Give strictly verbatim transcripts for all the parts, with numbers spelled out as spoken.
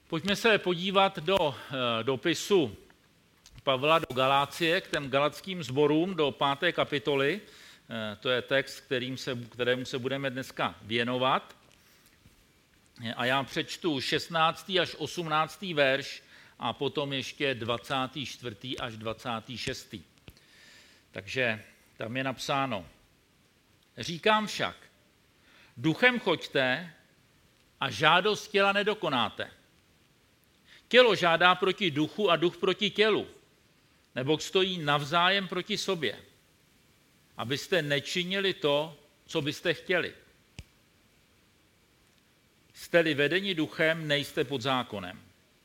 Pojďme se podívat do dopisu Pavla do Galácie, k těm galackým sborům, do páté kapitoly. To je text, kterým se, kterému se budeme dneska věnovat. A já přečtu šestnáctý až osmnáctý verš a potom ještě dvacátý čtvrtý až dvacátý šestý Takže tam je napsáno: Říkám však, duchem choďte a žádost těla nedokonáte. Tělo žádá proti duchu a duch proti tělu, nebo stojí navzájem proti sobě, abyste nečinili to, co byste chtěli. Jste-li vedeni duchem, nejste pod zákonem.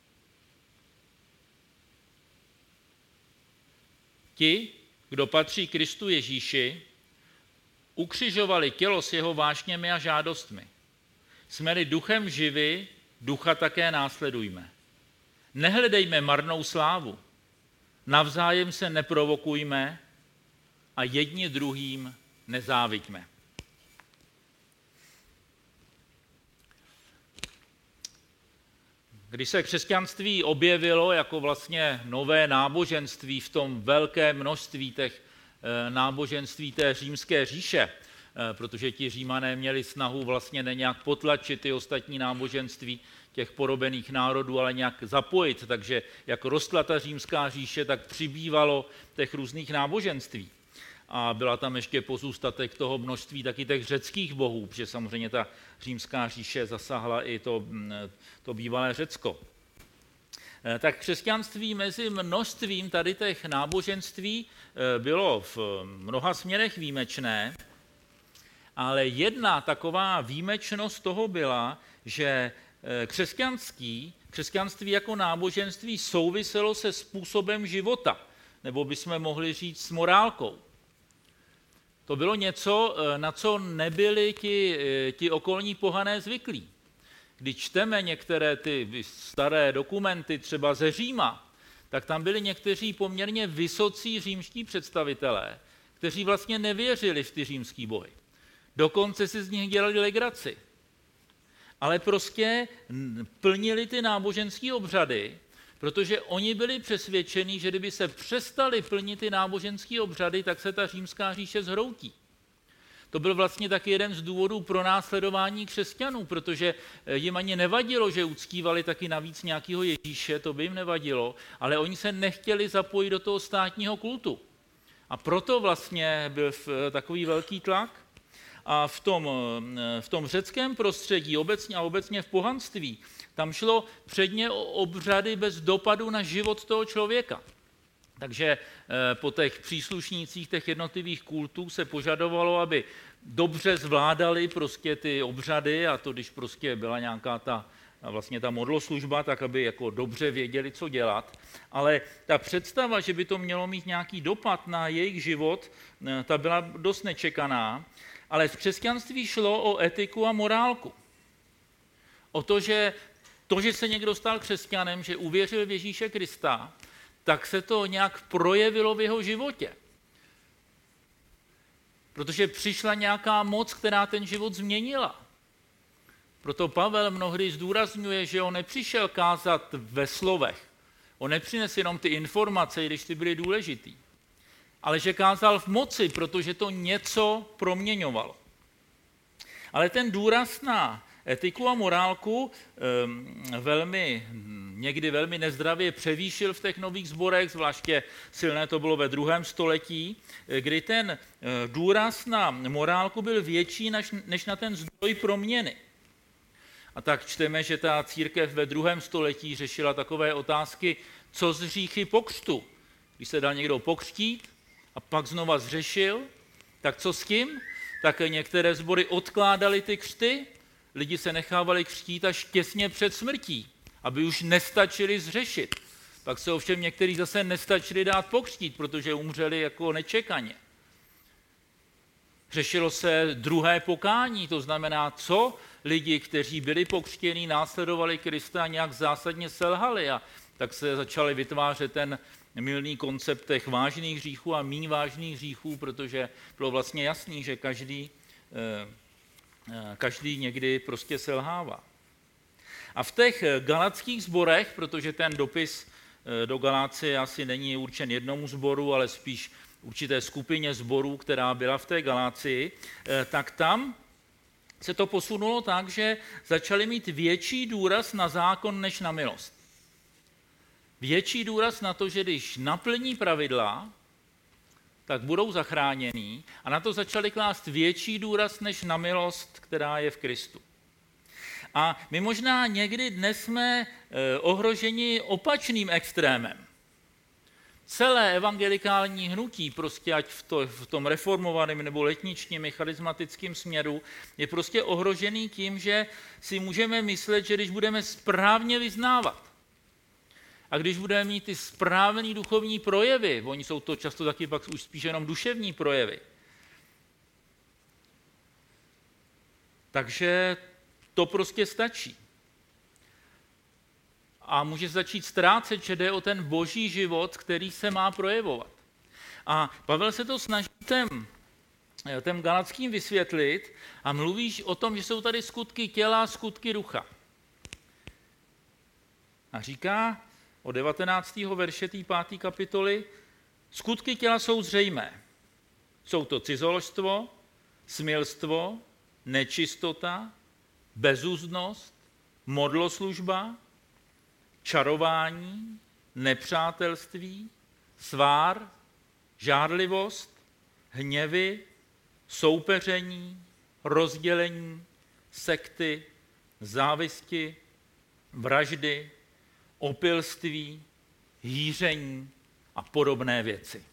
Ti, kdo patří Kristu Ježíši, ukřižovali tělo s jeho vášněmi a žádostmi. Jsme-li duchem živi, ducha také následujme. Nehledejme marnou slávu, navzájem se neprovokujme a jedni druhým nezáviďme. Když se křesťanství objevilo jako vlastně nové náboženství v tom velké množství těch náboženství té římské říše, protože ti Římané měli snahu vlastně ne nějak potlačit ty ostatní náboženství těch porobených národů, ale nějak zapojit. Takže jak rostla ta římská říše, tak přibývalo těch různých náboženství. A byla tam ještě pozůstatek toho množství taky těch řeckých bohů, protože samozřejmě ta římská říše zasáhla i to, to bývalé Řecko. Tak křesťanství mezi množstvím tady těch náboženství bylo v mnoha směrech výjimečné, ale jedna taková výjimečnost toho byla, že křesťanský, křesťanství jako náboženství souviselo se způsobem života, nebo bychom mohli říct s morálkou. To bylo něco, na co nebyli ti, ti okolní pohané zvyklí. Když čteme některé ty staré dokumenty, třeba ze Říma, tak tam byli někteří poměrně vysocí římští představitelé, kteří vlastně nevěřili v ty římský bohy. Dokonce si z nich dělali legraci. Ale prostě plnili ty náboženské obřady, protože oni byli přesvědčeni, že kdyby se přestali plnit ty náboženské obřady, tak se ta římská říše zhroutí. To byl vlastně taky jeden z důvodů pro následování křesťanů, protože jim ani nevadilo, že uctívali taky navíc nějakého Ježíše, to by jim nevadilo, ale oni se nechtěli zapojit do toho státního kultu. A proto vlastně byl takový velký tlak. A v tom, v tom řeckém prostředí obecně a obecně v pohanství, tam šlo předně o obřady bez dopadu na život toho člověka. Takže po těch příslušnících těch jednotlivých kultů se požadovalo, aby dobře zvládali prostě ty obřady, a to když prostě byla nějaká ta, vlastně ta modloslužba, tak aby jako dobře věděli, co dělat. Ale ta představa, že by to mělo mít nějaký dopad na jejich život, ta byla dost nečekaná. Ale v křesťanství šlo o etiku a morálku. O to, že to, že se někdo stal křesťanem, že uvěřil v Ježíše Krista, tak se to nějak projevilo v jeho životě. Protože přišla nějaká moc, která ten život změnila. Proto Pavel mnohdy zdůrazňuje, že on nepřišel kázat ve slovech. On nepřines jenom ty informace, když ty byly důležitý. Ale že kázal v moci, protože to něco proměňovalo. Ale ten důraz na etiku a morálku velmi, někdy velmi nezdravě převýšil v těch nových sborech, zvláště silné to bylo ve druhém století, kdy ten důraz na morálku byl větší než na ten zdroj proměny. A tak čteme, že ta církev ve druhém století řešila takové otázky, co z hříchy po křtu. Když se dal někdo pokřtít a pak znova zřešil, tak co s tím? Tak některé sbory odkládali ty křty, lidi se nechávali křtít až těsně před smrtí, aby už nestačili zřešit. Pak se ovšem někteří zase nestačili dát pokřtít, protože umřeli jako nečekaně. Řešilo se druhé pokání, to znamená, co lidi, kteří byli pokřtění, následovali Krista a nějak zásadně selhali, a tak se začali vytvářet ten mylný koncept těch vážných hříchů a méně vážných hříchů, protože bylo vlastně jasný, že každý, každý někdy prostě selhává. A v těch galackých sborech, protože ten dopis do Galácie asi není určen jednomu sboru, ale spíš určité skupině sborů, která byla v té Galácii, tak tam se to posunulo tak, že začali mít větší důraz na zákon než na milost. Větší důraz na to, že když naplní pravidla, tak budou zachránění, a na to začali klást větší důraz než na milost, která je v Kristu. A my možná někdy dnes jsme ohroženi opačným extrémem. Celé evangelikální hnutí, prostě ať v, to, v tom reformovaném nebo letničním i charismatickém směru, je prostě ohrožený tím, že si můžeme myslet, že když budeme správně vyznávat a když budeme mít ty správné duchovní projevy, oni jsou to často taky pak už spíš jenom duševní projevy, takže to prostě stačí. A může začít ztrácet, že jde o ten boží život, který se má projevovat. A Pavel se to snaží těm, těm Galackým vysvětlit a mluvíš o tom, že jsou tady skutky těla, skutky ducha. A říká od devatenáctého verše té páté kapitoly, skutky těla jsou zřejmé. Jsou to cizoložstvo, smilstvo, nečistota, bezúzdnost, modloslužba, čarování, nepřátelství, svár, žárlivost, hněvy, soupeření, rozdělení, sekty, závisti, vraždy, opilství, hýření a podobné věci.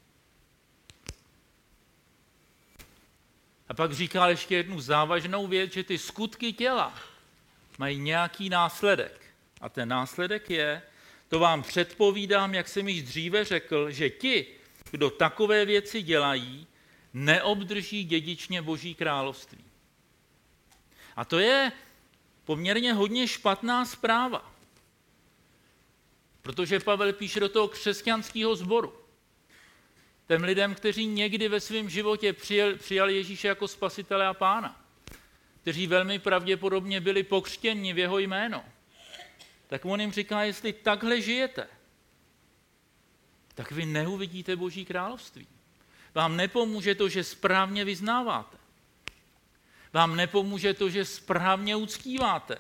A pak říká ještě jednu závažnou věc, že ty skutky těla mají nějaký následek. A ten následek je, to vám předpovídám, jak jsem již dříve řekl, že ti, kdo takové věci dělají, neobdrží dědičně Boží království. A to je poměrně hodně špatná zpráva. Protože Pavel píše do toho křesťanského sboru. Těm lidem, kteří někdy ve svém životě přijali Ježíše jako spasitele a pána, kteří velmi pravděpodobně byli pokřtěni v jeho jméno, tak on jim říká, jestli takhle žijete, tak vy neuvidíte Boží království. Vám nepomůže to, že správně vyznáváte. Vám nepomůže to, že správně uctíváte.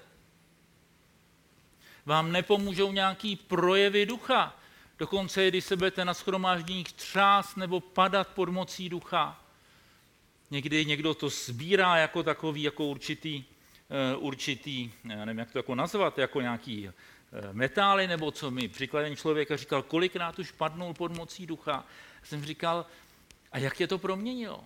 Vám nepomůžou nějaký projevy ducha. Dokonce, když se budete na shromážděních třást nebo padat pod mocí ducha. Někdy někdo to sbírá jako takový, jako určitý, určitý, já nevím, jak to jako nazvat, jako nějaký metály, nebo co mi příkladem člověka říkal, kolikrát už padnul pod mocí ducha. Já jsem říkal, a jak tě to proměnilo?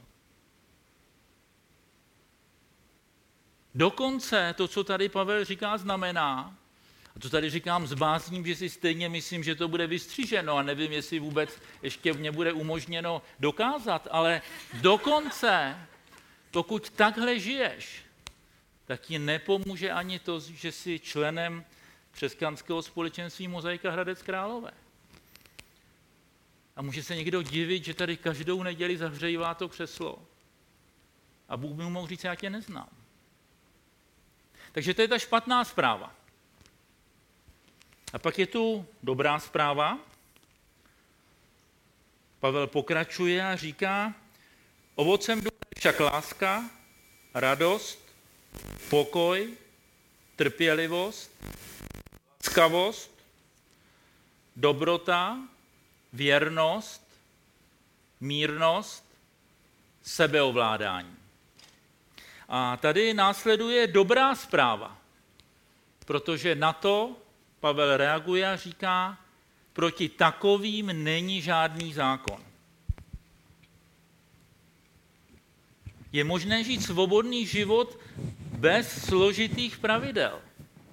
Dokonce to, co tady Pavel říká, znamená, a to tady říkám s bázním, že si stejně myslím, že to bude vystříženo a nevím, jestli vůbec ještě mě bude umožněno dokázat, ale dokonce, pokud takhle žiješ, tak ti nepomůže ani to, že jsi členem křesťanského společenství Mozaika Hradec Králové. A může se někdo divit, že tady každou neděli zahřejívá to křeslo. A Bůh by mu mohl říct, já tě neznám. Takže to je ta špatná zpráva. A pak je tu dobrá zpráva. Pavel pokračuje a říká, ovocem ducha je však láska, radost, pokoj, trpělivost, laskavost, dobrota, věrnost, mírnost, sebeovládání. A tady následuje dobrá zpráva, protože na to Pavel reaguje a říká, proti takovým není žádný zákon. Je možné žít svobodný život bez složitých pravidel.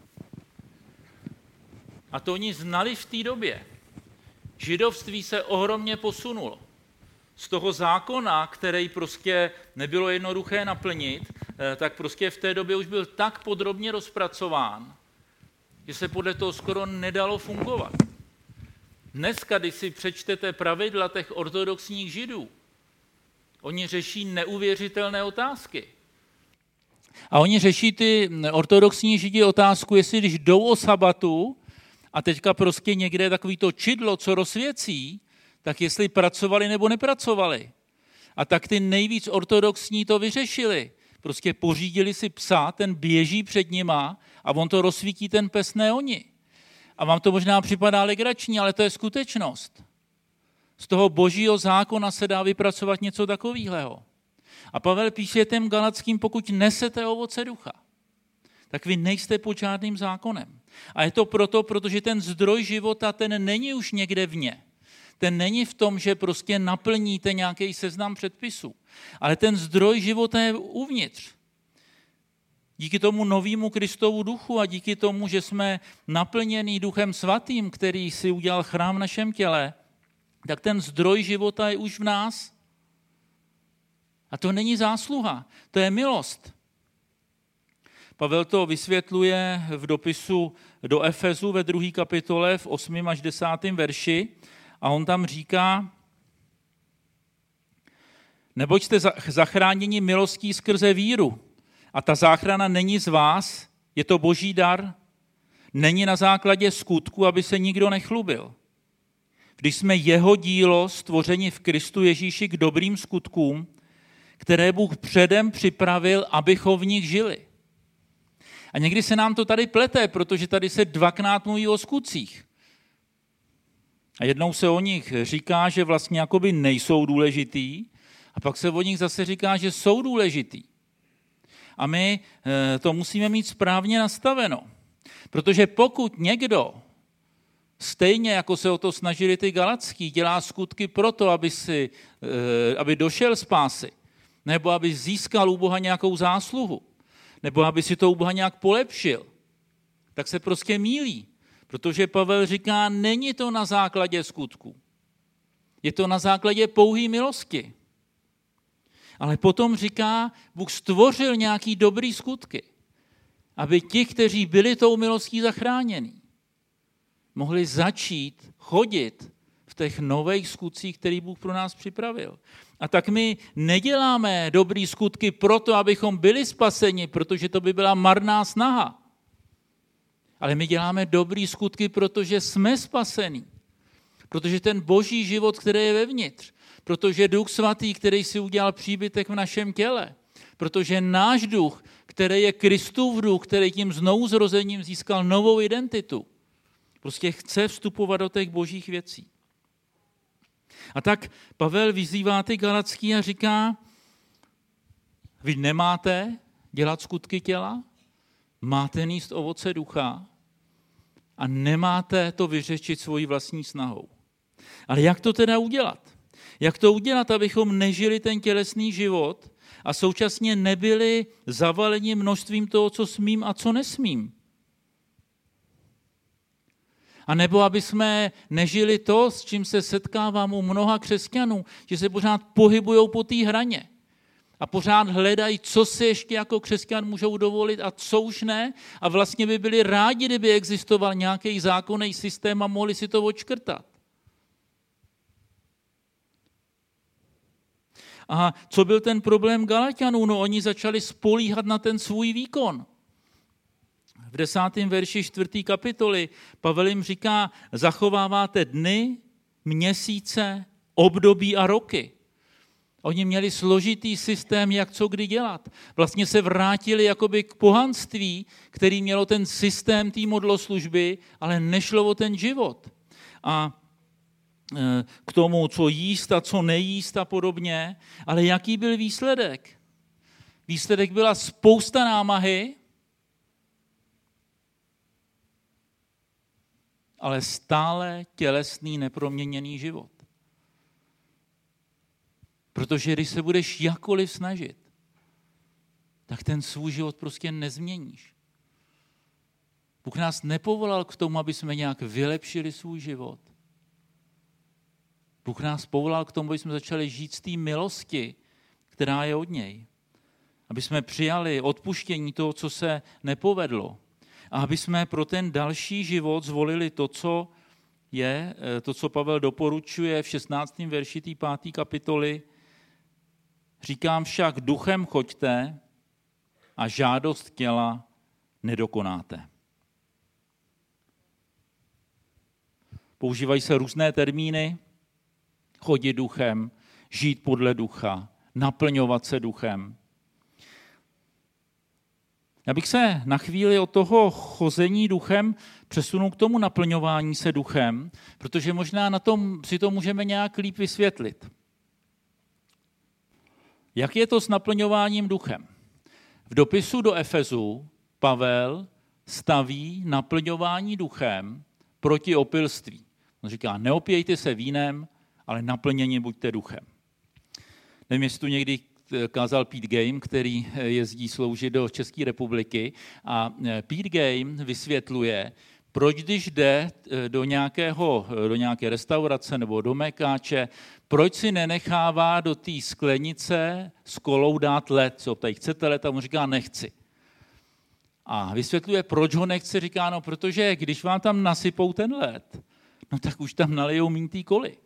A to oni znali v té době. Židovství se ohromně posunulo. Z toho zákona, který prostě nebylo jednoduché naplnit, tak prostě v té době už byl tak podrobně rozpracován, že se podle toho skoro nedalo fungovat. Dneska, když si přečtete pravidla těch ortodoxních židů, oni řeší neuvěřitelné otázky. A oni řeší ty ortodoxní židi otázku, jestli když jdou o sabatu a teďka prostě někde je takový to čidlo, co rozsvěcí, tak jestli pracovali nebo nepracovali. A tak ty nejvíc ortodoxní to vyřešili. Prostě pořídili si psa, ten běží před nima a on to rozsvítí ten pes, ne oni. A vám to možná připadá legrační, ale to je skutečnost. Z toho božího zákona se dá vypracovat něco takového. A Pavel píše těm Galackým, pokud nesete ovoce ducha, tak vy nejste pod žádným zákonem. A je to proto, protože ten zdroj života, ten není už někde vně. Ten není v tom, že prostě naplníte nějaký seznam předpisů, ale ten zdroj života je uvnitř. Díky tomu novému Kristovu duchu a díky tomu, že jsme naplněný Duchem Svatým, který si udělal chrám v našem těle, tak ten zdroj života je už v nás. A to není zásluha, to je milost. Pavel to vysvětluje v dopisu do Efezu ve druhé kapitole v osmém až desátém verši a on tam říká, neboť jste zachráněni milostí skrze víru a ta záchrana není z vás, je to boží dar, není na základě skutku, aby se nikdo nechlubil. Když jsme jeho dílo stvořeni v Kristu Ježíši k dobrým skutkům, které Bůh předem připravil, abychom v nich žili. A někdy se nám to tady plete, protože tady se dvakrát mluví o skutcích. A jednou se o nich říká, že vlastně jakoby nejsou důležitý, a pak se o nich zase říká, že jsou důležitý. A my to musíme mít správně nastaveno. Protože pokud někdo, stejně jako se o to snažili ty Galacký, dělá skutky proto, aby, si, aby došel spásy, nebo aby získal u Boha nějakou zásluhu, nebo aby si to u Boha nějak polepšil, tak se prostě mýlí. Protože Pavel říká, není to na základě skutku. Je to na základě pouhé milosti. Ale potom říká, Bůh stvořil nějaký dobrý skutky, aby ti, kteří byli tou milostí zachráněni, mohli začít chodit v těch nových skutcích, který Bůh pro nás připravil. A tak my neděláme dobrý skutky proto, abychom byli spaseni, protože to by byla marná snaha. Ale my děláme dobrý skutky, protože jsme spaseni. Protože ten boží život, který je vevnitř, protože Duch Svatý, který si udělal příbytek v našem těle, protože náš duch, který je Kristův duch, který tím znovuzrozením získal novou identitu, prostě chce vstupovat do těch božích věcí. A tak Pavel vyzývá ty Galacký a říká, vy nemáte dělat skutky těla, máte nést ovoce ducha a nemáte to vyřešit svojí vlastní snahou. Ale jak to teda udělat? Jak to udělat, abychom nežili ten tělesný život a současně nebyli zavaleni množstvím toho, co smím a co nesmím? A nebo aby jsme nežili to, s čím se setkávám u mnoha křesťanů, že se pořád pohybujou po té hraně a pořád hledají, co si ještě jako křesťan můžou dovolit a co už ne. A vlastně by byli rádi, kdyby existoval nějaký zákonný systém a mohli si to odškrtat. A co byl ten problém Galatianů? No oni začali spolíhat na ten svůj výkon. V desátém verši čtvrté kapitoly Pavel jim říká, zachováváte dny, měsíce, období a roky. Oni měli složitý systém, jak co kdy dělat. Vlastně se vrátili jakoby k pohanství, který mělo ten systém té modloslužby, ale nešlo o ten život. A k tomu, co jíst a co nejíst a podobně. Ale jaký byl výsledek? Výsledek byla spousta námahy, ale stále tělesný, neproměněný život. Protože když se budeš jakkoliv snažit, tak ten svůj život prostě nezměníš. Bůh nás nepovolal k tomu, aby jsme nějak vylepšili svůj život. Bůh nás povolal k tomu, aby jsme začali žít z té milosti, která je od něj. Aby jsme přijali odpuštění toho, co se nepovedlo. A aby jsme pro ten další život zvolili to, co je, to, co Pavel doporučuje v šestnáctém verši té páté kapitoly. Říkám však, duchem choďte a žádost těla nedokonáte. Používají se různé termíny, chodit duchem, žít podle ducha, naplňovat se duchem. Já bych se na chvíli od toho chození duchem přesunul k tomu naplňování se duchem, protože možná na tom si to můžeme nějak líp vysvětlit. Jak je to s naplňováním duchem? V dopisu do Efezu Pavel staví naplňování duchem proti opilství. On říká, neopijejte se vínem, ale naplněni buďte duchem. Nevím, jestli tu někdy kázal Pete Game, který jezdí sloužit do České republiky. A Pete Game vysvětluje, proč když jde do, nějakého, do nějaké restaurace nebo do mekáče, proč si nenechává do té sklenice s kolou dát led. Co tady chcete led? A on říká, nechci. A vysvětluje, proč ho nechce. Říká, no, protože když vám tam nasypou ten led, no tak už tam nalijou míň té koly.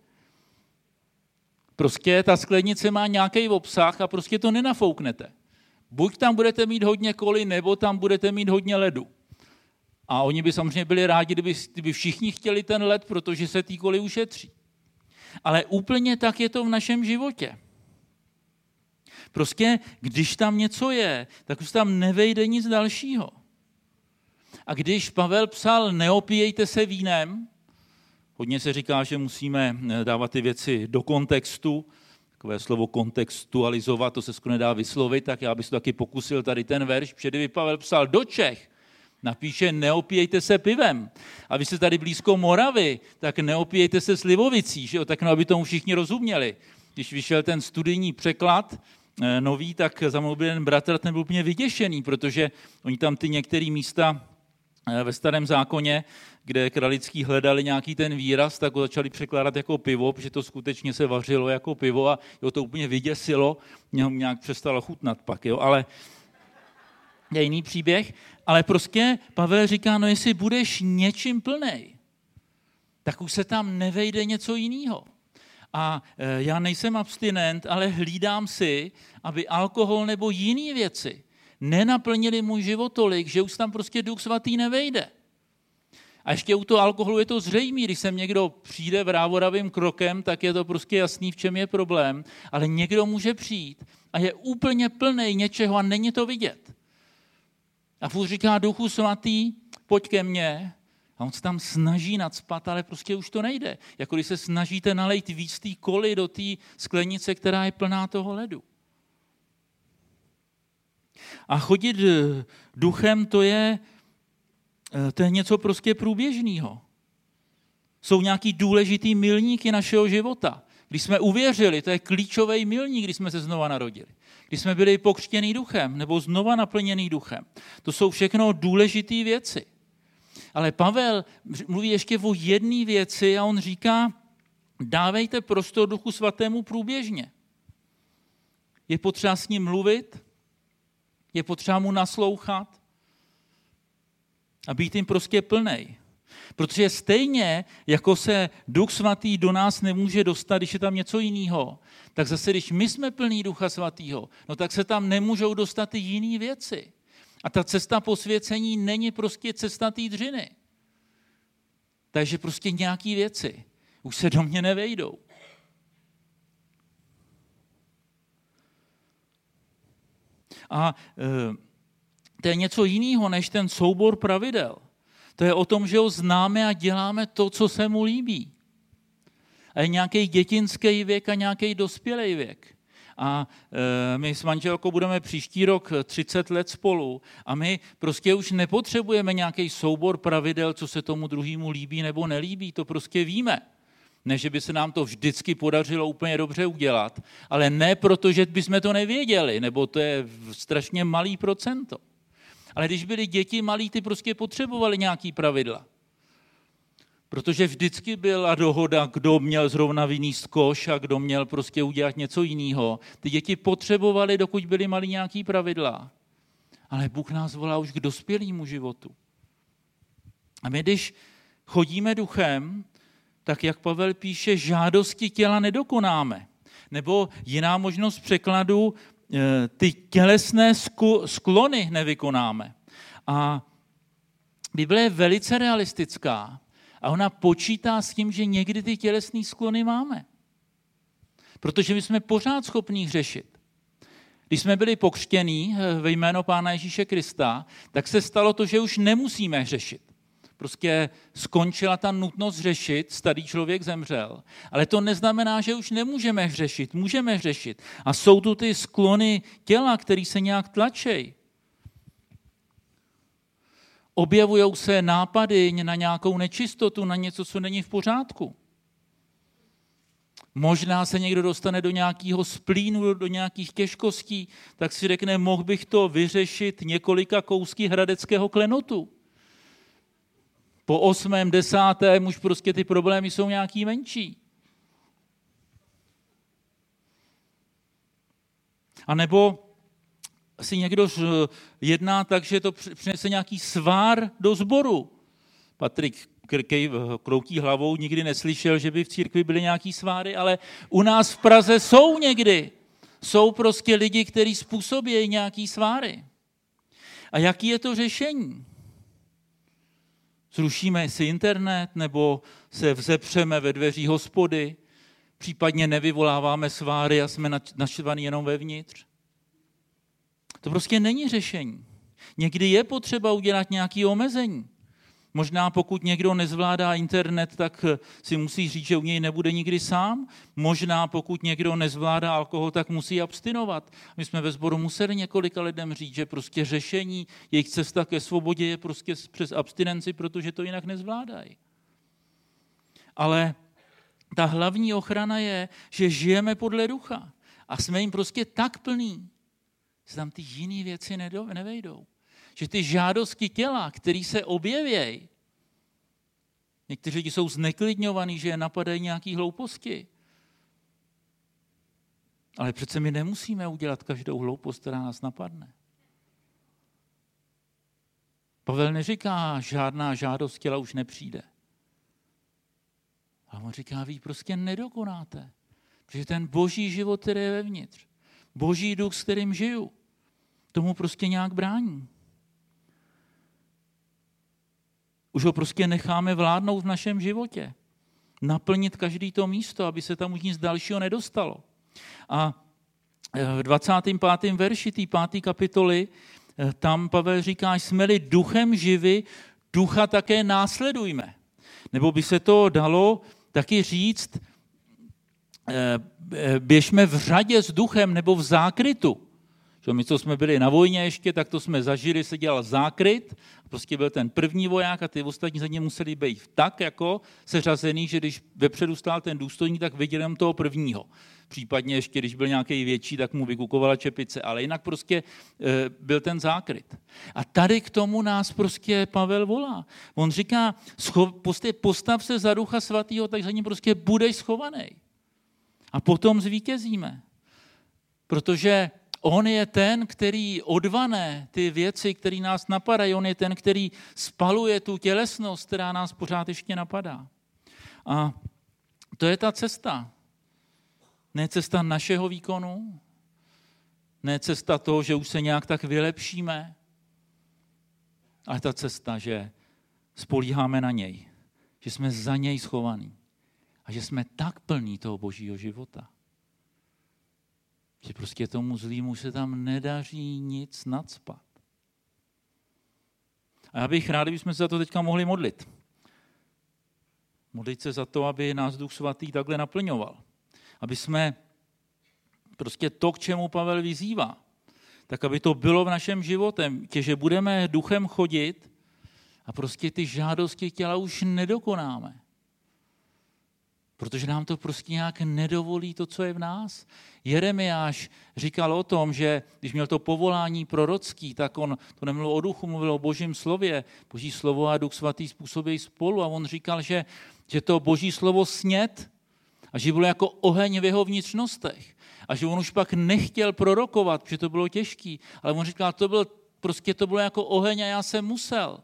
Prostě ta sklenice má nějaký obsah a prostě to nenafouknete. Buď tam budete mít hodně koly, nebo tam budete mít hodně ledu. A oni by samozřejmě byli rádi, kdyby, kdyby všichni chtěli ten led, protože se té koly ušetří. Ale úplně tak je to v našem životě. Prostě, když tam něco je, tak už tam nevejde nic dalšího. A když Pavel psal, neopíjejte se vínem, hodně se říká, že musíme dávat ty věci do kontextu, takové slovo kontextualizovat, to se skoro nedá vyslovit, tak já bych to taky pokusil tady ten verš, protože kdyby Pavel psal do Čech, napíše neopíjejte se pivem. A vy jste tady blízko Moravy, tak neopíjejte se slivovicí, že jo? Tak no, aby tomu všichni rozuměli. Když vyšel ten studijní překlad nový, tak za mnou byl jeden bratr, ten byl úplně vyděšený, protože oni tam ty některé místa ve Starém zákoně, kde Kralický hledali nějaký ten výraz, tak ho začali překládat jako pivo, protože to skutečně se vařilo jako pivo a jo, to úplně vyděsilo, mě ho nějak přestalo chutnat pak, jo, ale je jiný příběh, ale prostě Pavel říká, no jestli budeš něčím plnej, tak už se tam nevejde něco jiného. A já nejsem abstinent, ale hlídám si, aby alkohol nebo jiné věci nenaplnili můj život tolik, že už tam prostě Duch Svatý nevejde. A ještě u toho alkoholu je to zřejmé, když sem někdo přijde vrávoravým krokem, tak je to prostě jasný, v čem je problém, ale někdo může přijít a je úplně plnej něčeho a není to vidět. A furt říká Duchu Svatý, pojď ke mně, a on se tam snaží nacpat, ale prostě už to nejde. Jako když se snažíte nalejt víc té koly do té sklenice, která je plná toho ledu. A chodit duchem, to je, to je něco prostě průběžného. Jsou nějaký důležitý milníky našeho života. Když jsme uvěřili, to je klíčový milník, když jsme se znova narodili. Když jsme byli pokřtěný duchem, nebo znova naplněný duchem. To jsou všechno důležité věci. Ale Pavel mluví ještě o jedné věci a on říká, dávejte prostor Duchu Svatému průběžně. Je potřeba s ním mluvit, je potřeba mu naslouchat a být jim prostě plnej. Protože stejně, jako se Duch Svatý do nás nemůže dostat, když je tam něco jiného, tak zase, když my jsme plní Ducha Svatého, no tak se tam nemůžou dostat i jiné věci. A ta cesta posvěcení není prostě cesta té dřiny. Takže prostě nějaké věci už se do mě nevejdou. A e, to je něco jiného, než ten soubor pravidel. To je o tom, že ho známe a děláme to, co se mu líbí. A je nějaký dětinský věk a nějaký dospělý věk. A e, my s manželkou budeme příští rok třicet let spolu a my prostě už nepotřebujeme nějaký soubor pravidel, co se tomu druhému líbí nebo nelíbí, to prostě víme. Ne, že by se nám to vždycky podařilo úplně dobře udělat, ale ne proto, že bychom to nevěděli, nebo to je strašně malý procento. Ale když byli děti malí, ty prostě potřebovali nějaký pravidla. Protože vždycky byla dohoda, kdo měl zrovna vyníst koš a kdo měl prostě udělat něco jiného. Ty děti potřebovaly, dokud byly malí, nějaký pravidla. Ale Bůh nás volá už k dospělému životu. A my, když chodíme duchem, tak jak Pavel píše, žádosti těla nedokonáme. Nebo jiná možnost překladu, ty tělesné sklony nevykonáme. A Bible je velice realistická a ona počítá s tím, že někdy ty tělesné sklony máme. Protože my jsme pořád schopní hřešit. Když jsme byli pokřtění ve jméno Pána Ježíše Krista, tak se stalo to, že už nemusíme hřešit. Prostě skončila ta nutnost hřešit, starý člověk zemřel. Ale to neznamená, že už nemůžeme hřešit, můžeme hřešit. A jsou tu ty sklony těla, které se nějak tlačí. Objevují se nápady na nějakou nečistotu, na něco, co není v pořádku. Možná se někdo dostane do nějakého splínu, do nějakých těžkostí, tak si řekne, mohl bych to vyřešit několika kousky hradeckého klenotu. Po osmém, desátém už prostě ty problémy jsou nějaký menší. A nebo si někdo jedná tak, že to přinese nějaký svár do sboru. Patrik Krkej kroutí hlavou, nikdy neslyšel, že by v církvi byly nějaký sváry, ale u nás v Praze jsou někdy. Jsou prostě lidi, kteří způsobí nějaký sváry. A jaký je to řešení? Zrušíme si internet, nebo se vzepřeme ve dveří hospody, případně nevyvoláváme sváry a jsme naštvaní jenom vevnitř. To prostě není řešení. Někdy je potřeba udělat nějaké omezení. Možná pokud někdo nezvládá internet, tak si musí říct, že u něj nebude nikdy sám. Možná pokud někdo nezvládá alkohol, tak musí abstinovat. My jsme ve sboru museli několika lidem říct, že prostě řešení, jejich cesta ke svobodě je prostě přes abstinenci, protože to jinak nezvládají. Ale ta hlavní ochrana je, že žijeme podle ducha a jsme jim prostě tak plní, že tam ty jiné věci nevejdou. Že ty žádosti těla, které se objevějí, někteří lidi jsou zneklidňovaní, že je napadají nějaký hlouposti. Ale přece my nemusíme udělat každou hloupost, která nás napadne. Pavel neříká, žádná žádost těla už nepřijde. A on říká, vy prostě nedokonáte. Protože ten boží život, který je vevnitř, boží duch, s kterým žiju, tomu prostě nějak brání. Už ho prostě necháme vládnout v našem životě. Naplnit každý to místo, aby se tam už nic dalšího nedostalo. A v dvacátém pátém verši té páté kapitoly tam Pavel říká, jsme-li duchem živi, ducha také následujme. Nebo by se to dalo taky říct, běžme v řadě s duchem nebo v zákrytu. Že my, co jsme byli na vojně ještě, tak to jsme zažili, se dělal zákryt, prostě byl ten první voják a ty ostatní za ně museli být tak jako seřazený, že když vepředu stál ten důstojník, tak viděl jen toho prvního. Případně ještě, když byl nějaký větší, tak mu vykukovala čepice, ale jinak prostě e, byl ten zákryt. A tady k tomu nás prostě Pavel volá. On říká, scho, prostě postav se za Ducha Svatého, tak za ním prostě budeš schovaný. A potom zvítězíme. Protože on je ten, který odvané ty věci, které nás napadají. On je ten, který spaluje tu tělesnost, která nás pořád ještě napadá. A to je ta cesta. Ne cesta našeho výkonu, ne cesta toho, že už se nějak tak vylepšíme, ale ta cesta, že spolíháme na něj, že jsme za něj schovaní a že jsme tak plní toho božího života, že prostě tomu zlýmu se tam nedaří nic nacpat. A já bych rád, kdybychom se za to teďka mohli modlit. Modlit se za to, aby nás Duch Svatý takhle naplňoval. Aby jsme prostě to, k čemu Pavel vyzývá, tak aby to bylo v našem životem, že budeme duchem chodit a prostě ty žádosti těla už nedokonáme. Protože nám to prostě nějak nedovolí to, co je v nás. Jeremiáš říkal o tom, že když měl to povolání prorocký, tak on to nemluvil o duchu, mluvil o božím slově. Boží slovo a Duch Svatý způsobí spolu a on říkal, že, že to boží slovo snět a že bylo jako oheň v jeho vnitřnostech. A že on už pak nechtěl prorokovat, protože to bylo těžký. Ale on říkal, to byl, prostě to bylo jako oheň a já jsem musel.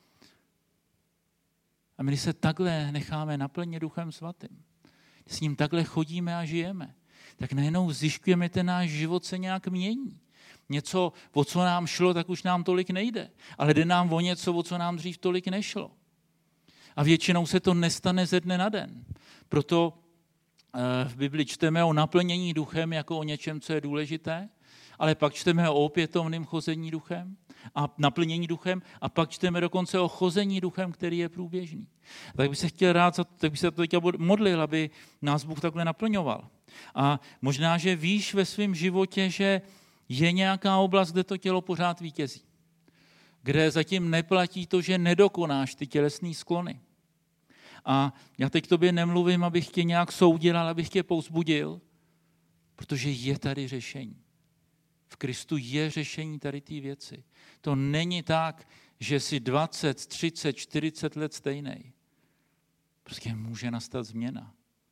A my se takhle necháme naplnit Duchem Svatým. S ním takhle chodíme a žijeme. tak najednou zjišťujeme, ten náš život se nějak mění. Něco, o co nám šlo, tak už nám tolik nejde. Ale jde nám o něco, o co nám dřív tolik nešlo. A většinou se to nestane ze dne na den. Proto v Bibli čteme o naplnění duchem jako o něčem, co je důležité, ale pak čteme o opětovném chození duchem a naplnění duchem a pak čteme dokonce o chození duchem, který je průběžný. Tak bych se chtěl rád, tak bych se to teďka modlil, aby nás Bůh takhle naplňoval. A možná, že víš ve svém životě, že je nějaká oblast, kde to tělo pořád vítězí. Kde zatím neplatí to, že nedokonáš ty tělesné sklony. A já teď k tobě nemluvím, abych tě nějak soudil, ale abych tě povzbudil, protože je tady řešení. V Kristu je řešení tady té věci. To není tak, že si dvacet, třicet, čtyřicet let stejnej. Prostě může nastat změna.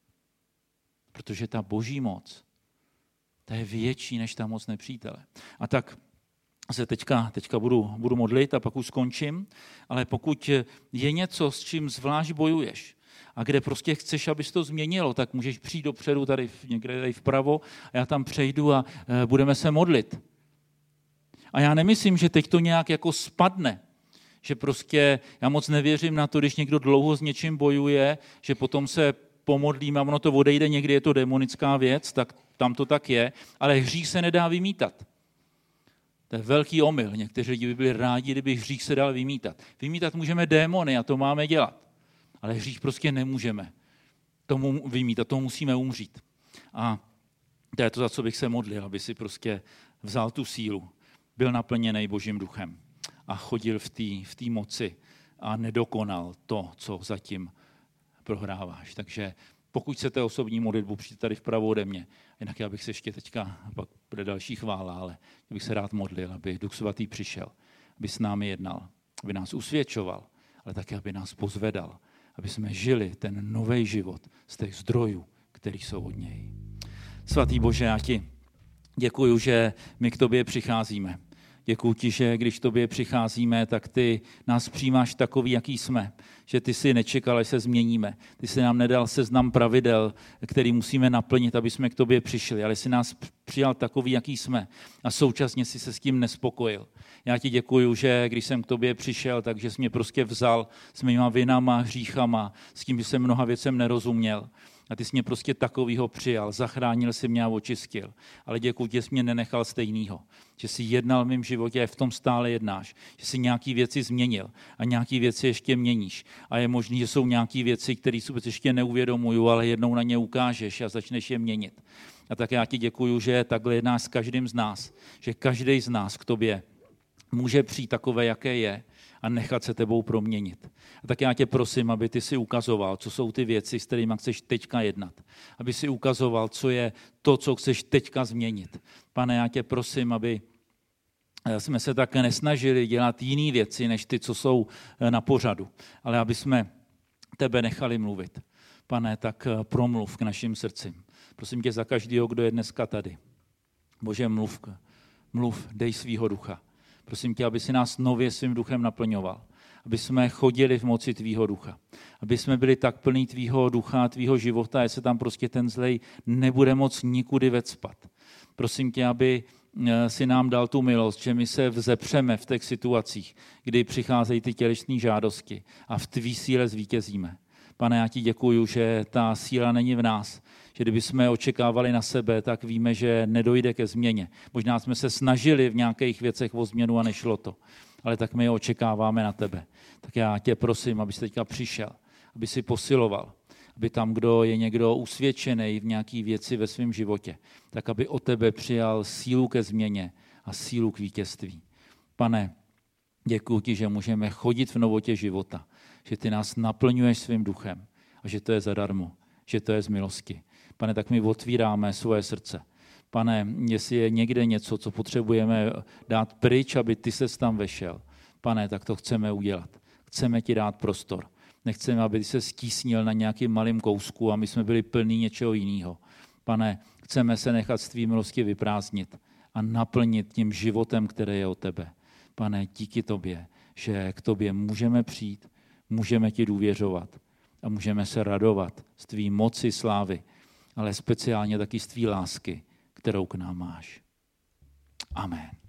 Protože ta boží moc, ta je větší než ta moc nepřítele. A tak se teďka, teďka budu, budu modlit a pak už skončím, ale pokud je něco, s čím zvlášť bojuješ a kde prostě chceš, abys to změnilo, tak můžeš přijít dopředu, tady někde tady vpravo a já tam přejdu a budeme se modlit. A já nemyslím, že teď to nějak jako spadne, že prostě já moc nevěřím na to, když někdo dlouho s něčím bojuje, že potom se pomodlíme a ono to odejde, někdy je to demonická věc, tak tam to tak je, ale hřích se nedá vymítat. To je velký omyl. Někteří lidi by byli rádi, kdyby hřích se dal vymítat. Vymítat můžeme démony a to máme dělat. Ale hřích prostě nemůžeme tomu vymítat, tomu musíme umřít. A to je to, za co bych se modlil, aby si prostě vzal tu sílu, byl naplněný Božím duchem a chodil v té v té moci a nedokonal to, co zatím prohráváš. Takže pokud chcete osobní modlitbu, přijďte tady vpravo ode mě. Jinak já bych se ještě teďka, pak bude další chvála, ale bych se rád modlil, aby Duch Svatý přišel, aby s námi jednal, aby nás usvědčoval, ale také, aby nás pozvedal, aby jsme žili ten nový život z těch zdrojů, který jsou od něj. Svatý Bože, já ti děkuju, že my k tobě přicházíme. Děkuji ti, že když k tobě přicházíme, tak ty nás přijímáš takový, jaký jsme. Že ty si nečekal, až se změníme. Ty si nám nedal seznam pravidel, který musíme naplnit, aby jsme k tobě přišli, ale jsi nás přijal takový, jaký jsme. A současně si se s tím nespokojil. Já ti děkuju, že když jsem k tobě přišel, takže jsi mě prostě vzal s mýma vinama, hříchama, s tím, že jsem mnoha věcem nerozuměl. A ty jsi mě prostě takovýho přijal, zachránil jsi mě a očistil. Ale děkuji, že jsi mě nenechal stejnýho. Že jsi jednal v mém životě a v tom stále jednáš. Že jsi nějaký věci změnil a nějaký věci ještě měníš. A je možné, že jsou nějaké věci, které si ještě neuvědomuju, ale jednou na ně ukážeš a začneš je měnit. A tak já ti děkuju, že takhle jednáš s každým z nás. Že každý z nás k tobě může přijít takové, jaké je, a nechat se tebou proměnit. A tak já tě prosím, aby ty si ukazoval, co jsou ty věci, s kterými chceš teďka jednat. Aby si ukazoval, co je to, co chceš teďka změnit. Pane, já tě prosím, aby jsme se také nesnažili dělat jiné věci, než ty, co jsou na pořadu. Ale aby jsme tebe nechali mluvit. Pane, tak promluv k našim srdcím. Prosím tě za každého, kdo je dneska tady. Bože, mluv, mluv, dej svýho ducha. Prosím tě, aby si nás nově svým duchem naplňoval. Aby jsme chodili v moci tvýho ducha. Aby jsme byli tak plný tvýho ducha, tvýho života, že se tam prostě ten zlej nebude moc nikudy vecpat. Prosím tě, aby si nám dal tu milost, že my se vzepřeme v těch situacích, kdy přicházejí ty tělesné žádosti a v tvý síle zvítězíme. Pane, já ti děkuju, že ta síla není v nás, že kdybychom očekávali na sebe, tak víme, že nedojde ke změně. Možná jsme se snažili v nějakých věcech o změnu a nešlo to, ale tak my očekáváme na tebe. Tak já tě prosím, abys teďka přišel, aby si posiloval, aby tam, kdo je někdo usvědčený v nějaké věci ve svém životě, tak aby od tebe přijal sílu ke změně a sílu k vítězství. Pane, děkuji ti, že můžeme chodit v novotě života, že ty nás naplňuješ svým duchem a že to je zadarmo, že to je z milosti. Pane, tak my otvíráme svoje srdce. Pane, jestli je někde něco, co potřebujeme dát pryč, aby ty ses tam vešel, pane, tak to chceme udělat. Chceme ti dát prostor. Nechceme, aby ty se stísnil na nějakým malým kousku a my jsme byli plní něčeho jiného. Pane, chceme se nechat z tvý milosti vyprázdnit a naplnit tím životem, který je od tebe. Pane, díky tobě, že k tobě můžeme přijít, můžeme ti důvěřovat a můžeme se radovat z tvý moci slávy ale speciálně taky z tvý lásky, kterou k nám máš. Amen.